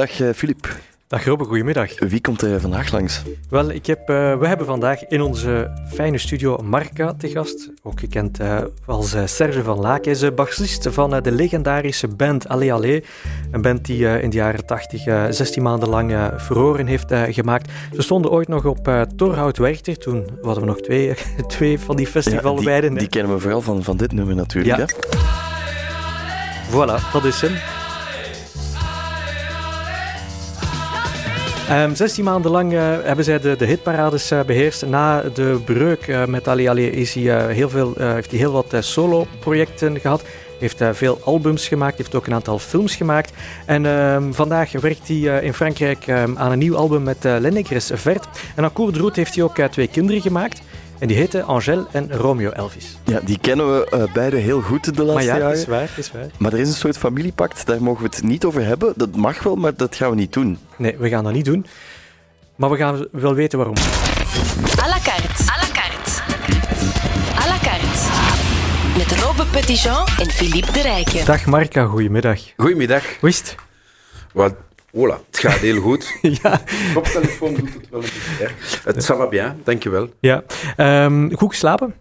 Dag Filip. Dag Robbe, goedemiddag. Wie komt er vandaag langs? Wel, we hebben vandaag in onze fijne studio Marca te gast. Ook gekend als Serge van Laak. Hij is bassist van de legendarische band Allee Allee. Een band die in de jaren 80 16 maanden lang furoren heeft gemaakt. Ze stonden ooit nog op Torhout Werchter. Toen hadden we nog twee van die festivals bij. Die kennen we vooral van dit nummer natuurlijk. Ja. Hè? Voilà, dat is hem. 16 maanden lang hebben zij de hitparades beheerst. Na de breuk met Allee Allee heeft hij heel wat solo-projecten gehad. Heeft veel albums gemaakt, heeft ook een aantal films gemaakt. En vandaag werkt hij in Frankrijk aan een nieuw album met Lenegres Vert. En aan Cour de Route heeft hij ook 2 kinderen gemaakt. En die heten Angèle en Romeo Elvis. Ja, die kennen we beide heel goed de laatste jaren. Maar ja, is waar. Maar er is een soort familiepact, daar mogen we het niet over hebben. Dat mag wel, maar dat gaan we niet doen. Nee, we gaan dat niet doen. Maar we gaan wel weten waarom. À la carte. À la carte. À la carte. Met Robbe Petitjean en Philippe de Rijken. Dag Marca, goedemiddag. Goedemiddag. Hoe is het? Wat? Voilà, het gaat heel goed. Ja. Koptelefoon doet het wel een beetje erg. Het ça va bien, dankjewel. Ja. Goed geslapen?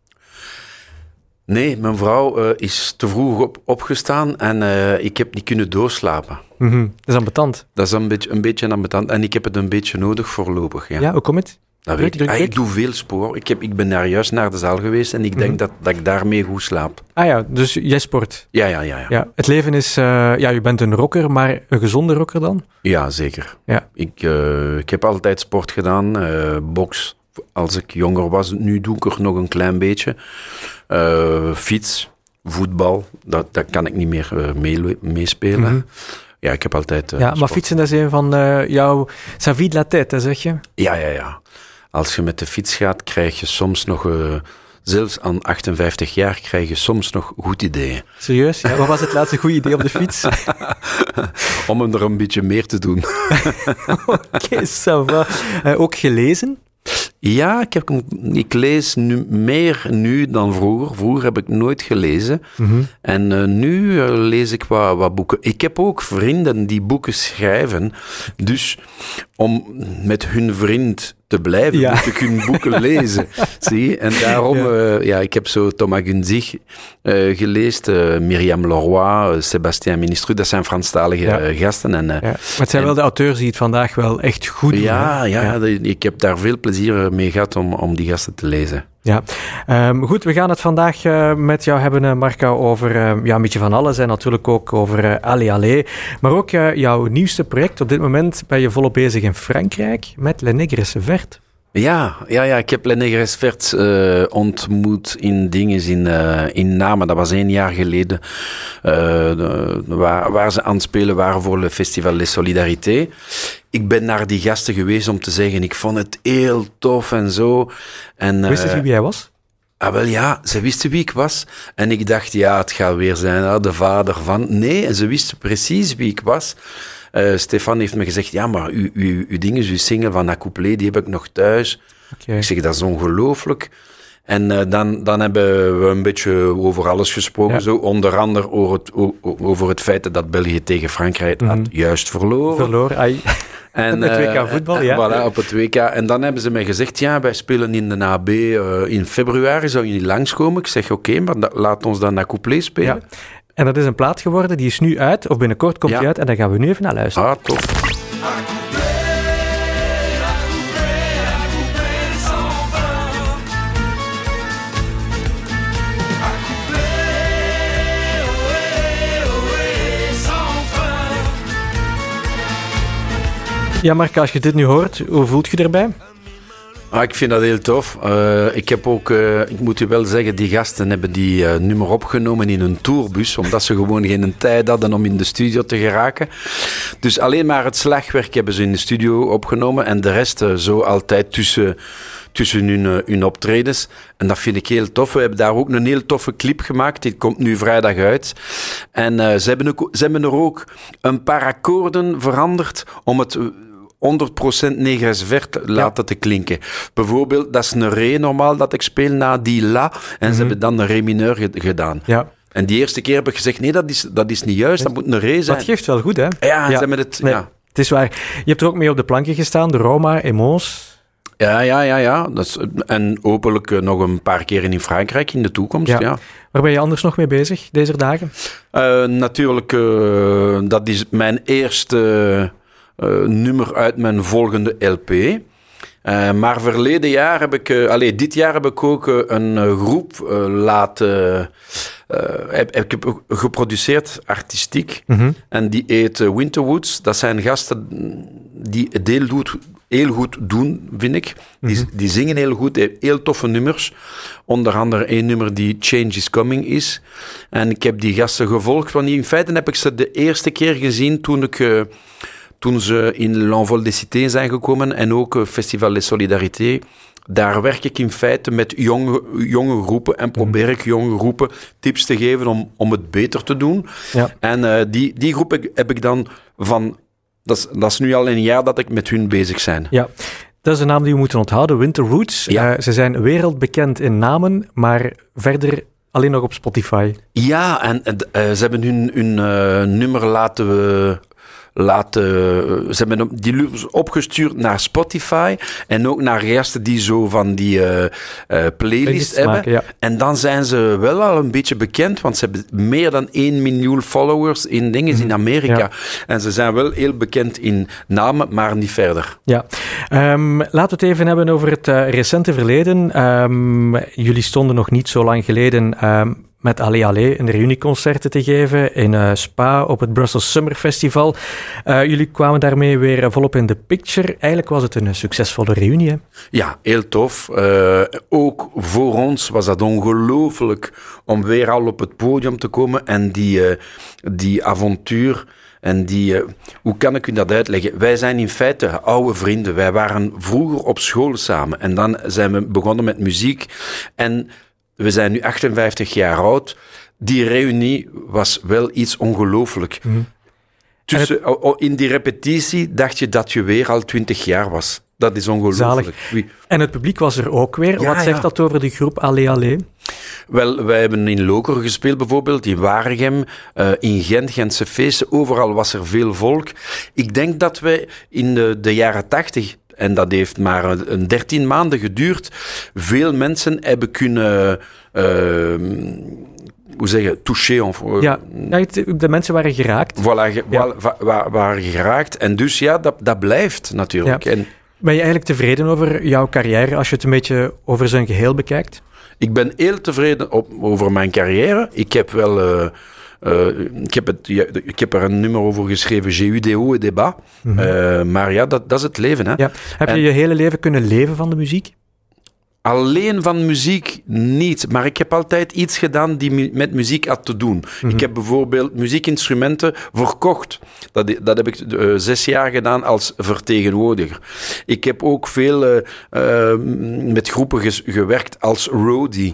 Nee, mijn vrouw is te vroeg opgestaan en ik heb niet kunnen doorslapen. Mm-hmm. Dat is ambetant. Dat is een beetje ambetant en ik heb het een beetje nodig voorlopig. Ja, hoe komt het? Dat weet ik. Ik doe veel sport. Ik ben daar juist naar de zaal geweest en ik denk dat ik daarmee goed slaap. Ah ja, dus jij sport. Ja. Het leven is... je bent een rocker, maar een gezonde rocker dan? Ja, zeker. Ja. Ik heb altijd sport gedaan, boks als ik jonger was. Nu doe ik er nog een klein beetje. Fiets, voetbal, dat kan ik niet meer meespelen. Mm-hmm. Ja, ik heb altijd maar sport. fietsen, dat is een van jouw sa vie de la tête, zeg je? Ja. Als je met de fiets gaat, krijg je soms nog... zelfs aan 58 jaar krijg je soms nog goed ideeën. Serieus? Ja, wat was het laatste goede idee op de fiets? Om hem er een beetje meer te doen. Oké, ça va. Ook gelezen? Ja, ik lees meer nu dan vroeger. Vroeger heb ik nooit gelezen. Mm-hmm. En nu lees ik wat boeken. Ik heb ook vrienden die boeken schrijven. Dus om met hun vriend te blijven, moet ik hun boeken lezen. Zie? En daarom, ik heb zo Thomas Gunzig gelezen, Myriam Leroy, Sébastien Ministru, dat zijn Franstalige gasten. En, maar het zijn wel de auteurs die het vandaag wel echt goed doen. Ja, ik heb daar veel plezier mee gehad om die gasten te lezen. Ja, goed, we gaan het vandaag met jou hebben, Marca, over een beetje van alles en natuurlijk ook over Allee Allee. Maar ook jouw nieuwste project. Op dit moment ben je volop bezig in Frankrijk met Lenegres Vert. Ja, ik heb Lenegres Vert ontmoet in Namen. Dat was 1 jaar geleden, waar ze aan het spelen waren voor het Festival Les Solidarités. Ik ben naar die gasten geweest om te zeggen, ik vond het heel tof en zo. Wist je wie hij was? Ah, wel ja, ze wisten wie ik was. En ik dacht, het gaat weer zijn, de vader van... Nee, en ze wisten precies wie ik was. Stefan heeft me gezegd, maar uw single van Accouplé, die heb ik nog thuis. Okay. Ik zeg, dat is ongelooflijk. En dan hebben we een beetje over alles gesproken. Zo, onder andere over het feit dat België tegen Frankrijk had juist verloren. En het WK voetbal, Voilà, op het WK. En dan hebben ze mij gezegd, wij spelen in de AB in februari, zou je niet langskomen? Ik zeg, oké, maar laat ons dan naar Accouplé spelen. Ja. En dat is een plaat geworden, die is nu uit, of binnenkort komt die uit, en daar gaan we nu even naar luisteren. Ah, tof. Ja, Marc, als je dit nu hoort, hoe voelt je erbij? Ik vind dat heel tof. Ik heb ook, ik moet u wel zeggen, die gasten hebben die nummer opgenomen in een tourbus, omdat ze gewoon geen tijd hadden om in de studio te geraken. Dus alleen maar het slagwerk hebben ze in de studio opgenomen en de rest zo altijd tussen hun optredens. En dat vind ik heel tof. We hebben daar ook een heel toffe clip gemaakt. Die komt nu vrijdag uit. En ze hebben er ook een paar akkoorden veranderd om het 100% Negres Vert laten te klinken. Bijvoorbeeld, dat is een re normaal dat ik speel na die la. En ze hebben dan een re mineur gedaan. Ja. En die eerste keer heb ik gezegd, nee, dat is niet juist, dat moet een race zijn. Dat geeft wel goed, hè? Ja, ze met het... Nee, ja. het is waar. Je hebt er ook mee op de planken gestaan, de Roma, Emos. Ja. En hopelijk nog een paar keer in Frankrijk in de toekomst, ja. Waar ben je anders nog mee bezig, deze dagen? Natuurlijk, dat is mijn eerste nummer uit mijn volgende LP. Maar verleden jaar heb ik... dit jaar heb ik ook een groep heb ik geproduceerd, artistiek. Mm-hmm. En die heet Winterwoods. Dat zijn gasten die het heel goed doen, vind ik. Die zingen heel goed, heel toffe nummers. Onder andere één nummer die Change is Coming is. En ik heb die gasten gevolgd, want in feite heb ik ze de eerste keer gezien toen ze in l'Envol des Cités zijn gekomen en ook Festival des Solidarités. Daar werk ik in feite met jonge groepen en probeer ik jonge groepen tips te geven om het beter te doen. Ja. En die groep heb ik dan van... Dat is nu al een jaar dat ik met hun bezig ben. Ja. Dat is een naam die we moeten onthouden, Winterwoods. Ja. Ze zijn wereldbekend in namen, maar verder alleen nog op Spotify. Ja, en ze hebben hun nummer ze hebben die opgestuurd naar Spotify en ook naar gasten die zo van die playlist hebben. Maken, ja. En dan zijn ze wel al een beetje bekend, want ze hebben meer dan 1 miljoen followers in in Amerika. Ja. En ze zijn wel heel bekend in namen, maar niet verder. Ja. Laten we het even hebben over het recente verleden. Jullie stonden nog niet zo lang geleden... met Allee Allee een reunieconcerten te geven in Spa op het Brussels Summer Festival. Jullie kwamen daarmee weer volop in de picture. Eigenlijk was het een succesvolle reunie, hè? Ja, heel tof. Ook voor ons was dat ongelooflijk om weer al op het podium te komen en die avontuur... En hoe kan ik u dat uitleggen? Wij zijn in feite oude vrienden. Wij waren vroeger op school samen. En dan zijn we begonnen met muziek. En we zijn nu 58 jaar oud. Die reunie was wel iets ongelooflijk. Mm. In die repetitie dacht je dat je weer al 20 jaar was. Dat is ongelooflijk. En het publiek was er ook weer. Wat zegt dat over de groep Allee Allee? Wel, wij hebben in Lokeren gespeeld bijvoorbeeld, in Waregem, in Gent, Gentse feesten. Overal was er veel volk. Ik denk dat wij in de jaren 80... En dat heeft maar een 13 maanden geduurd. Veel mensen hebben kunnen... toucher. De mensen waren geraakt. Waren geraakt. En dus dat blijft natuurlijk. Ja. Ben je eigenlijk tevreden over jouw carrière, als je het een beetje over zijn geheel bekijkt? Ik ben heel tevreden over mijn carrière. Ik heb wel... ik heb er een nummer over geschreven, J'ai eu des hauts et des bas. Mm-hmm. Maar ja, dat is het leven. Hè? Ja. Heb je je hele leven kunnen leven van de muziek? Alleen van muziek niet, maar ik heb altijd iets gedaan die met muziek had te doen. Mm-hmm. Ik heb bijvoorbeeld muziekinstrumenten verkocht. Dat heb ik 6 jaar gedaan als vertegenwoordiger. Ik heb ook veel met groepen gewerkt als roadie.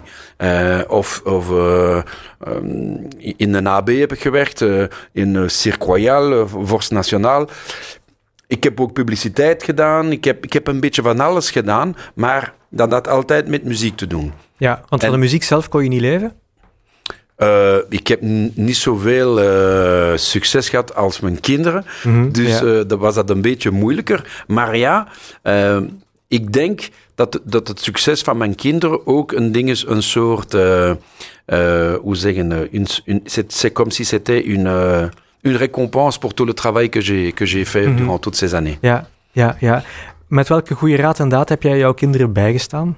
In de AB heb ik gewerkt, in Cirque Royal, Force Nationale. Ik heb ook publiciteit gedaan. Ik heb een beetje van alles gedaan, maar dat had altijd met muziek te doen. Ja, want van de muziek zelf kon je niet leven? Ik heb niet zoveel succes gehad als mijn kinderen. Mm-hmm, dus dat was dat een beetje moeilijker. Maar ja, ik denk dat het succes van mijn kinderen ook een ding is, een soort... hoe zeggen... c'est comme si c'était une récompense pour tout le travail que j'ai fait durant toutes ces années. Ja. Met welke goede raad en daad heb jij jouw kinderen bijgestaan?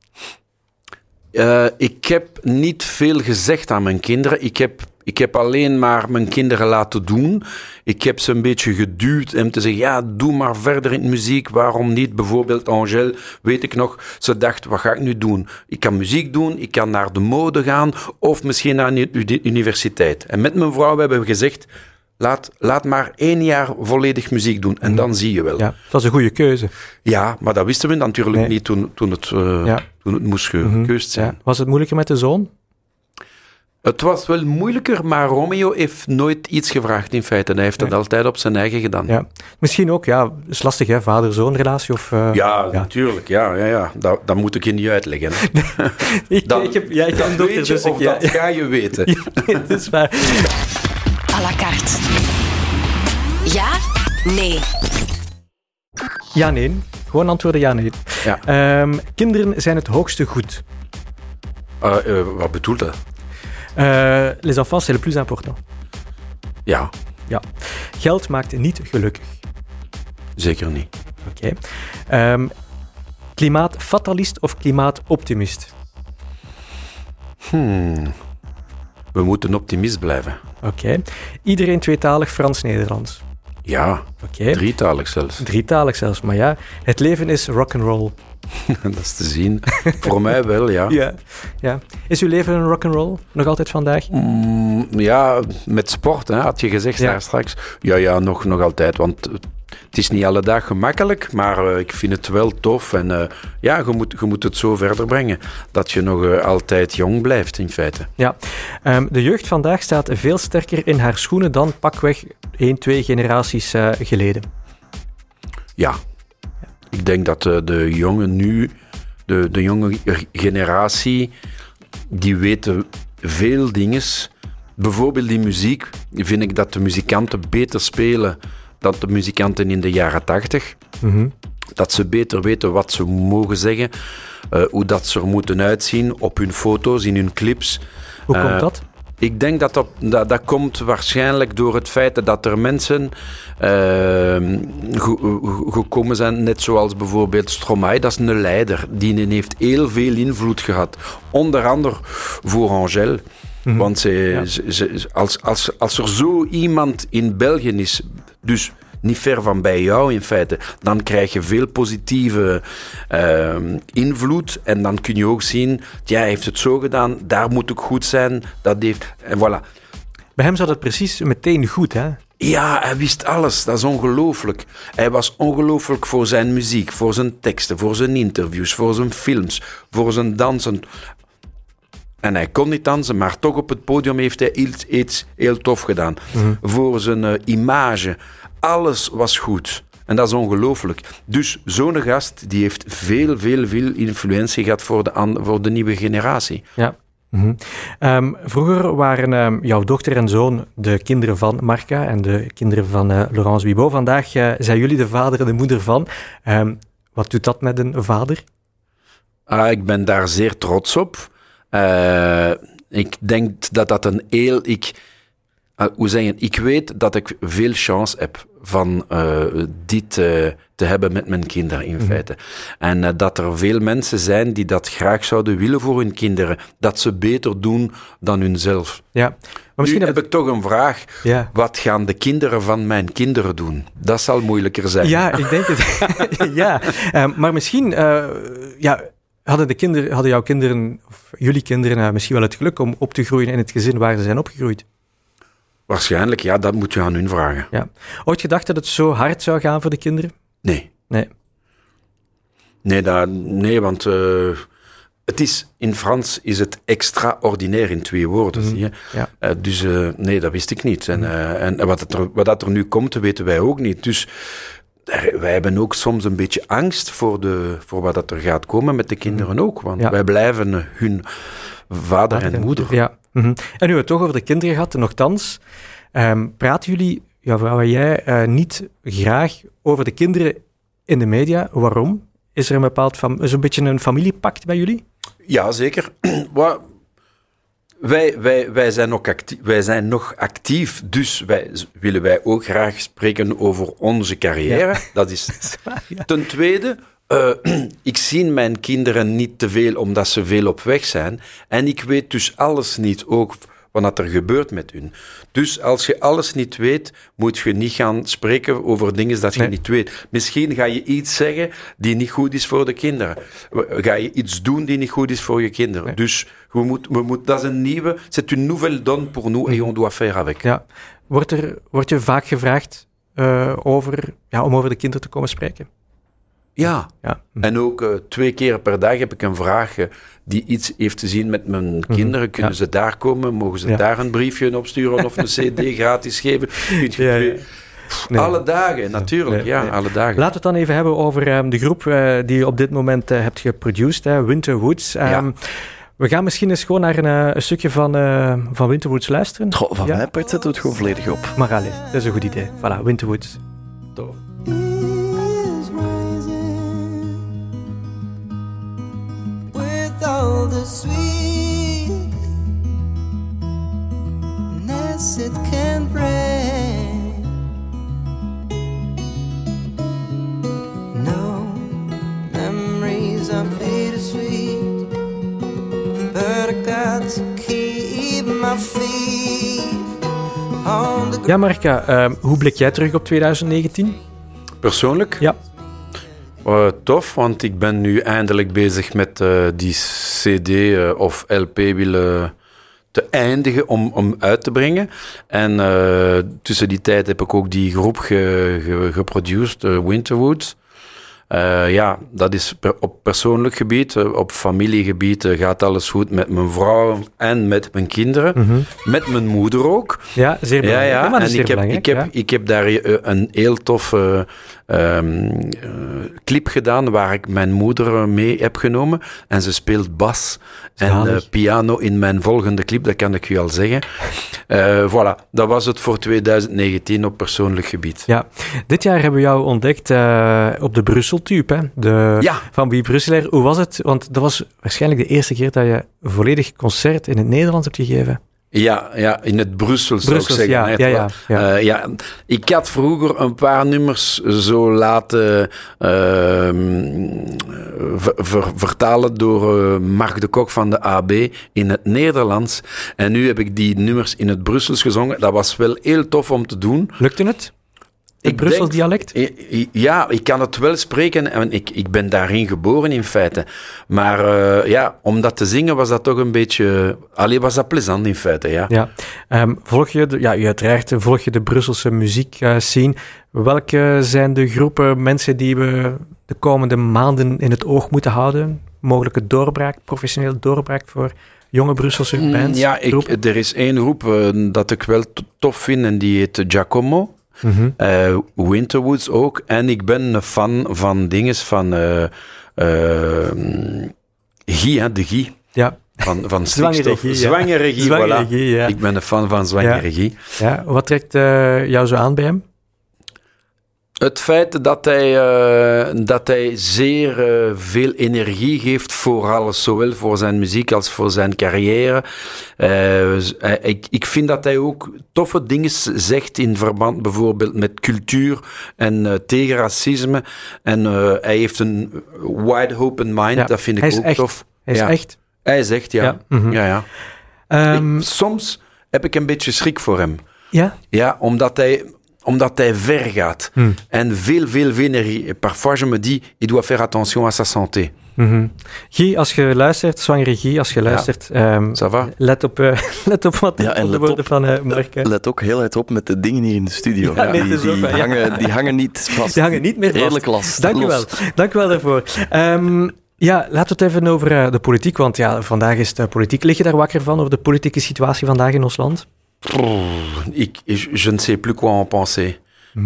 Ik heb niet veel gezegd aan mijn kinderen. Ik heb alleen maar mijn kinderen laten doen. Ik heb ze een beetje geduwd om te zeggen, doe maar verder in muziek. Waarom niet? Bijvoorbeeld Angèle, weet ik nog, ze dacht, wat ga ik nu doen? Ik kan muziek doen, ik kan naar de mode gaan of misschien naar de universiteit. En met mijn vrouw hebben we gezegd, laat maar 1 jaar volledig muziek doen. En dan zie je wel. Ja, dat was een goede keuze. Ja, maar dat wisten we natuurlijk niet toen het moest gekeust zijn. Was het moeilijker met de zoon? Het was wel moeilijker, maar Romeo heeft nooit iets gevraagd in feite. Hij heeft dat altijd op zijn eigen gedaan. Ja. Misschien ook, het is lastig, hè, vader-zoon relatie. Natuurlijk. Ja. Dat moet ik je niet uitleggen. Ik heb een dochter, dus dat ga je weten. Ja, dat is waar. À la carte. Ja, nee. Ja, nee. Gewoon antwoorden ja, nee. Ja. Kinderen zijn het hoogste goed. Wat bedoelt dat? Les enfants, c'est le plus important. Ja. Geld maakt niet gelukkig. Zeker niet. Oké. Klimaatfatalist of klimaatoptimist? We moeten optimist blijven. Oké. Iedereen tweetalig, Frans-Nederlands. Ja, Oké. drietalig zelfs. Drietalig zelfs, maar ja. Het leven is rock'n'roll. Dat is te zien. Voor mij wel, ja. Ja. Is uw leven een rock'n'roll? Nog altijd vandaag? Ja, met sport, hè, had je gezegd daar straks. Ja, nog altijd, want het is niet alle dag gemakkelijk, maar ik vind het wel tof. En je moet het zo verder brengen, dat je nog altijd jong blijft, in feite. Ja. De jeugd vandaag staat veel sterker in haar schoenen dan pakweg 1, 2 generaties geleden. Ja. Ik denk dat de jongen nu, de jonge generatie, die weten veel dingen. Bijvoorbeeld die muziek, vind ik dat de muzikanten beter spelen dan de muzikanten in de jaren 80. Mm-hmm. Dat ze beter weten wat ze mogen zeggen, hoe dat ze er moeten uitzien op hun foto's, in hun clips. Hoe komt dat? Ik denk dat komt waarschijnlijk door het feit dat er mensen gekomen zijn, net zoals bijvoorbeeld Stromae, dat is een leider. Die heeft heel veel invloed gehad. Onder andere voor Angèle. Mm-hmm. Want als er zo iemand in België is, dus niet ver van bij jou in feite, dan krijg je veel positieve invloed en dan kun je ook zien, hij heeft het zo gedaan, daar moet ik goed zijn, en voilà. Bij hem zat het precies meteen goed, hè? Ja, hij wist alles, dat is ongelooflijk. Hij was ongelooflijk voor zijn muziek, voor zijn teksten, voor zijn interviews, voor zijn films, voor zijn dansen. En hij kon niet dansen, maar toch op het podium heeft hij iets heel tof gedaan. Mm-hmm. Voor zijn image. Alles was goed. En dat is ongelooflijk. Dus zo'n gast die heeft veel influentie gehad voor de nieuwe generatie. Ja. Mm-hmm. Vroeger waren jouw dochter en zoon de kinderen van Marca en de kinderen van Laurence Wibo. Vandaag zijn jullie de vader en de moeder van. Wat doet dat met een vader? Ik ben daar zeer trots op. Ik denk dat een heel... Ik weet dat ik veel chance heb van dit te hebben met mijn kinderen in feite. En dat er veel mensen zijn die dat graag zouden willen voor hun kinderen. Dat ze beter doen dan hunzelf. Ja. Maar misschien nu heb ik toch een vraag. Ja. Wat gaan de kinderen van mijn kinderen doen? Dat zal moeilijker zijn. Ja, ik denk het. Ja. Maar misschien... Hadden jouw kinderen, of jullie kinderen, misschien wel het geluk om op te groeien in het gezin waar ze zijn opgegroeid? Waarschijnlijk, ja, dat moet je aan hun vragen. Ja. Ooit gedacht dat het zo hard zou gaan voor de kinderen? Nee. Nee, want in Frans is het extraordinair in 2 woorden. Zie je? Ja. Dus nee, dat wist ik niet. En wat er nu komt, weten wij ook niet. Dus wij hebben ook soms een beetje angst voor wat er gaat komen met de kinderen ook. Want wij blijven hun vader en moeder. Ja. Mm-hmm. En nu hebben we het toch over de kinderen gehad, nochtans. Praten jullie, waar jij, niet graag over de kinderen in de media? Waarom? Is er een beetje een familiepact bij jullie? Ja, zeker. Wij zijn nog actief, dus willen wij ook graag spreken over onze carrière. Ja. Dat is waar, ja. Ten tweede, ik zie mijn kinderen niet te veel, omdat ze veel op weg zijn. En ik weet dus alles niet, ook wat er gebeurt met hun. Dus als je alles niet weet, moet je niet gaan spreken over dingen dat je niet weet. Misschien ga je iets zeggen die niet goed is voor de kinderen. Ga je iets doen die niet goed is voor je kinderen. Nee. Dus dat is een nieuwe... C'est une nouvelle donne pour nous et on doit faire avec. Ja. Wordt je vaak gevraagd om over de kinderen te komen spreken? Ja. Ja. En ook 2 keer per dag heb ik een vraag die iets heeft te zien met mijn kinderen. Kunnen ze daar komen? Mogen ze daar een briefje opsturen of een cd gratis geven? Nee. Alle dagen, natuurlijk. Alle dagen. Laten we het dan even hebben over de groep die je op dit moment hebt geproduced, Winterwoods. We gaan misschien eens gewoon naar een stukje van Winterwoods luisteren. Goh, van mij part zetten we het gewoon volledig op. Maar allez, dat is een goed idee. Voilà, Winterwoods. Tof. With all the sweetness it can bring, no memories are bittersweet, but I got to keep my feet on the ground. Ja, Marika, hoe blik jij terug op 2019? Persoonlijk? Ja. Tof, want ik ben nu eindelijk bezig met die CD of LP willen te eindigen om uit te brengen. En tussen die tijd heb ik ook die groep geproduced, Winterwoods. Dat is op persoonlijk gebied, op familiegebied gaat alles goed met mijn vrouw en met mijn kinderen. Mm-hmm. Met mijn moeder ook. Ja, zeer belangrijk. Ja. Maar En ik heb daar een heel toffe clip gedaan waar ik mijn moeder mee heb genomen. En ze speelt bas en piano in mijn volgende clip, dat kan ik u al zeggen. Voilà, dat was het voor 2019 op persoonlijk gebied. Ja, dit jaar hebben we jou ontdekt op de Brusseltube, hè? Van Wie Brusselaar. Hoe was het? Want dat was waarschijnlijk de eerste keer dat je volledig concert in het Nederlands hebt gegeven. Ja, in het Brussels zou ik zeggen. Ja. Ik had vroeger een paar nummers zo laten vertalen door Marc de Kok van de AB in het Nederlands. En nu heb ik die nummers in het Brussels gezongen. Dat was wel heel tof om te doen. Lukte het? Het Brussels dialect? Ja, ik kan het wel spreken en ik ben daarin geboren in feite. Maar om dat te zingen was dat toch een beetje... was dat plezant in feite, ja. Volg je uiteraard volg je de Brusselse muziekscene. Welke zijn de groepen mensen die we de komende maanden in het oog moeten houden? Mogelijke doorbraak, professioneel doorbraak voor jonge Brusselse bands? Er is één groep dat ik wel tof vind en die heet Giacomo. Mm-hmm. Winterwoods ook. En ik ben een fan van dinges van Guy, de Guy. Ja. Van Stikstof. Zwangere Guy, voilà. Ja. Ik ben een fan van Zwangere Guy. Ja. Wat trekt jou zo aan bij hem? Het feit dat hij zeer veel energie geeft voor alles, zowel voor zijn muziek als voor zijn carrière. Ik vind dat hij ook toffe dingen zegt in verband bijvoorbeeld met cultuur en tegen racisme. En hij heeft een wide open mind, dat vind ik ook echt tof. Hij is echt. Hij is echt, ja. Mm-hmm. Ja. Soms heb ik een beetje schrik voor hem. Ja? Ja, omdat hij ver gaat. En veel energie. Parfois, je me dis, il doit faire attention à sa santé. Mm-hmm. Guy, als je luistert, zwangere Guy, als je luistert, ça va? let op wat de woorden van Marc. Let ook heel uit op met de dingen hier in de studio. Die hangen niet vast. Die hangen niet meer vast. Redelijk last. Dank u wel daarvoor. Laten we het even over de politiek, want vandaag is de politiek. Lig je daar wakker van over de politieke situatie vandaag in ons land? Je ne sais plus quoi en penser.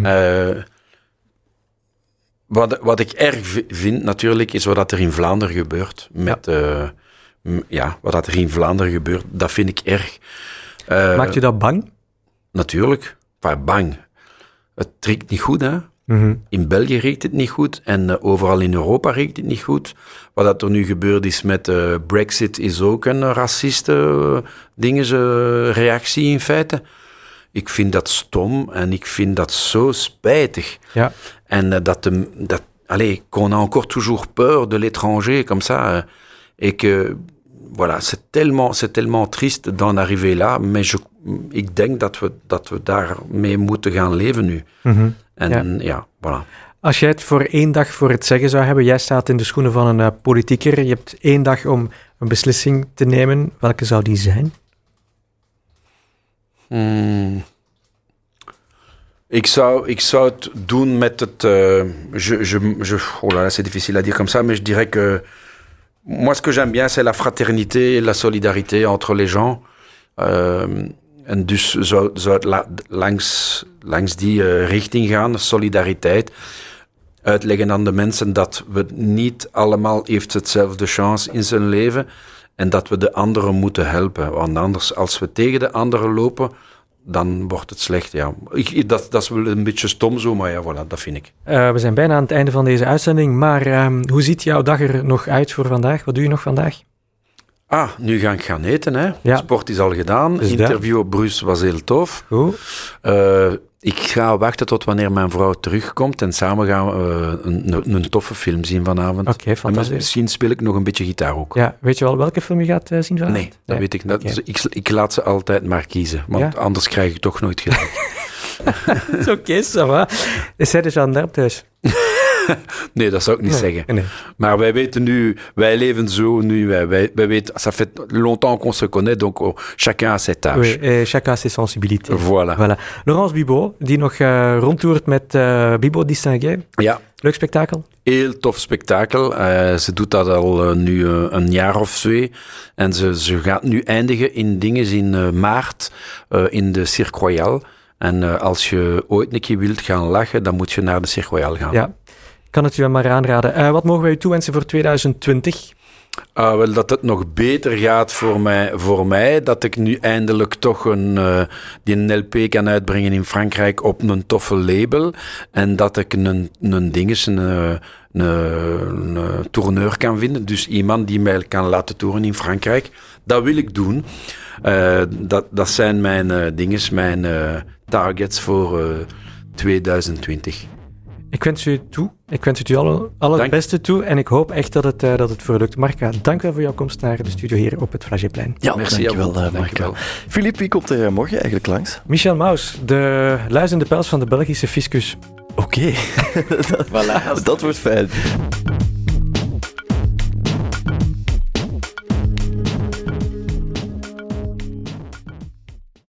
Wat ik erg vind, natuurlijk, is wat er in Vlaanderen gebeurt. Wat er in Vlaanderen gebeurt, dat vind ik erg. Maakt je dat bang? Natuurlijk. Bang. Het riekt niet goed, hè. Mm-hmm. In België riekt het niet goed en overal in Europa riekt het niet goed. Wat er nu gebeurd is met Brexit is ook een raciste reactie in feite. Ik vind dat stom en ik vind dat zo spijtig. Ja. En qu'on a encore toujours peur de l'étranger comme ça. Et que, voilà, c'est tellement triste d'en arriver là, mais ik denk dat we daarmee moeten gaan leven nu. Mm-hmm. En voilà. Als jij het voor 1 dag voor het zeggen zou hebben, jij staat in de schoenen van een politieker, je hebt 1 dag om een beslissing te nemen, welke zou die zijn? Ik zou het doen met het... oh là là, c'est difficile à dire comme ça, mais je dirais que... Moi, ce que j'aime bien, c'est la fraternité et la solidarité entre les gens. En dus zou het langs die richting gaan, solidariteit. Uitleggen aan de mensen dat we niet allemaal heeft hetzelfde chance in zijn leven en dat we de anderen moeten helpen. Want anders, als we tegen de anderen lopen, dan wordt het slecht. Ja. Dat is wel een beetje stom zo, maar ja, voilà, dat vind ik. We zijn bijna aan het einde van deze uitzending, maar hoe ziet jouw dag er nog uit voor vandaag? Wat doe je nog vandaag? Nu ga ik gaan eten. Hè. Ja. Sport is al gedaan. Dus Interview op Bruce was heel tof. Goed. Ik ga wachten tot wanneer mijn vrouw terugkomt en samen gaan we een toffe film zien vanavond. Oké, fantastisch. En misschien speel ik nog een beetje gitaar ook. Ja, weet je wel welke film je gaat zien vanavond? Nee, dat weet ik niet. Okay. Dus ik laat ze altijd maar kiezen, want anders krijg ik toch nooit gedaan. Dat is oké, ça va. Is zij de gendarme thuis? Nee, dat zou ik niet zeggen. Nee. Maar wij weten nu, wij leven zo nu, wij weten, ça fait longtemps qu'on se connaît, donc chacun a ses tâches. Oui, chacun a ses sensibilités. Voilà. Laurence Bibot, die nog rondtoert met Bibot Distingué. Ja. Leuk spektakel? Heel tof spektakel. Ze doet dat al nu een jaar of 2. En ze gaat nu eindigen in dingen in maart in de Cirque Royale. En als je ooit een keer wilt gaan lachen, dan moet je naar de Cirque Royale gaan. Ja, ik kan het u maar aanraden. Wat mogen wij u toewensen voor 2020? Wel, dat het nog beter gaat voor mij, dat ik nu eindelijk toch die LP kan uitbrengen in Frankrijk op een toffe label en dat ik een tourneur kan vinden, dus iemand die mij kan laten toeren in Frankrijk. Dat wil ik doen. Dat zijn mijn targets voor 2020. Ik wens u toe. Ik wens het u alle het beste toe. En ik hoop echt dat het voor lukt. Marca, dank wel voor jouw komst naar de studio hier op het Flageyplein. Ja, merci. Dankjewel, Marca. Philippe, wie komt er morgen eigenlijk langs? Michel Maus, de luis in de pels van de Belgische fiscus. Oké. Dat wordt fijn.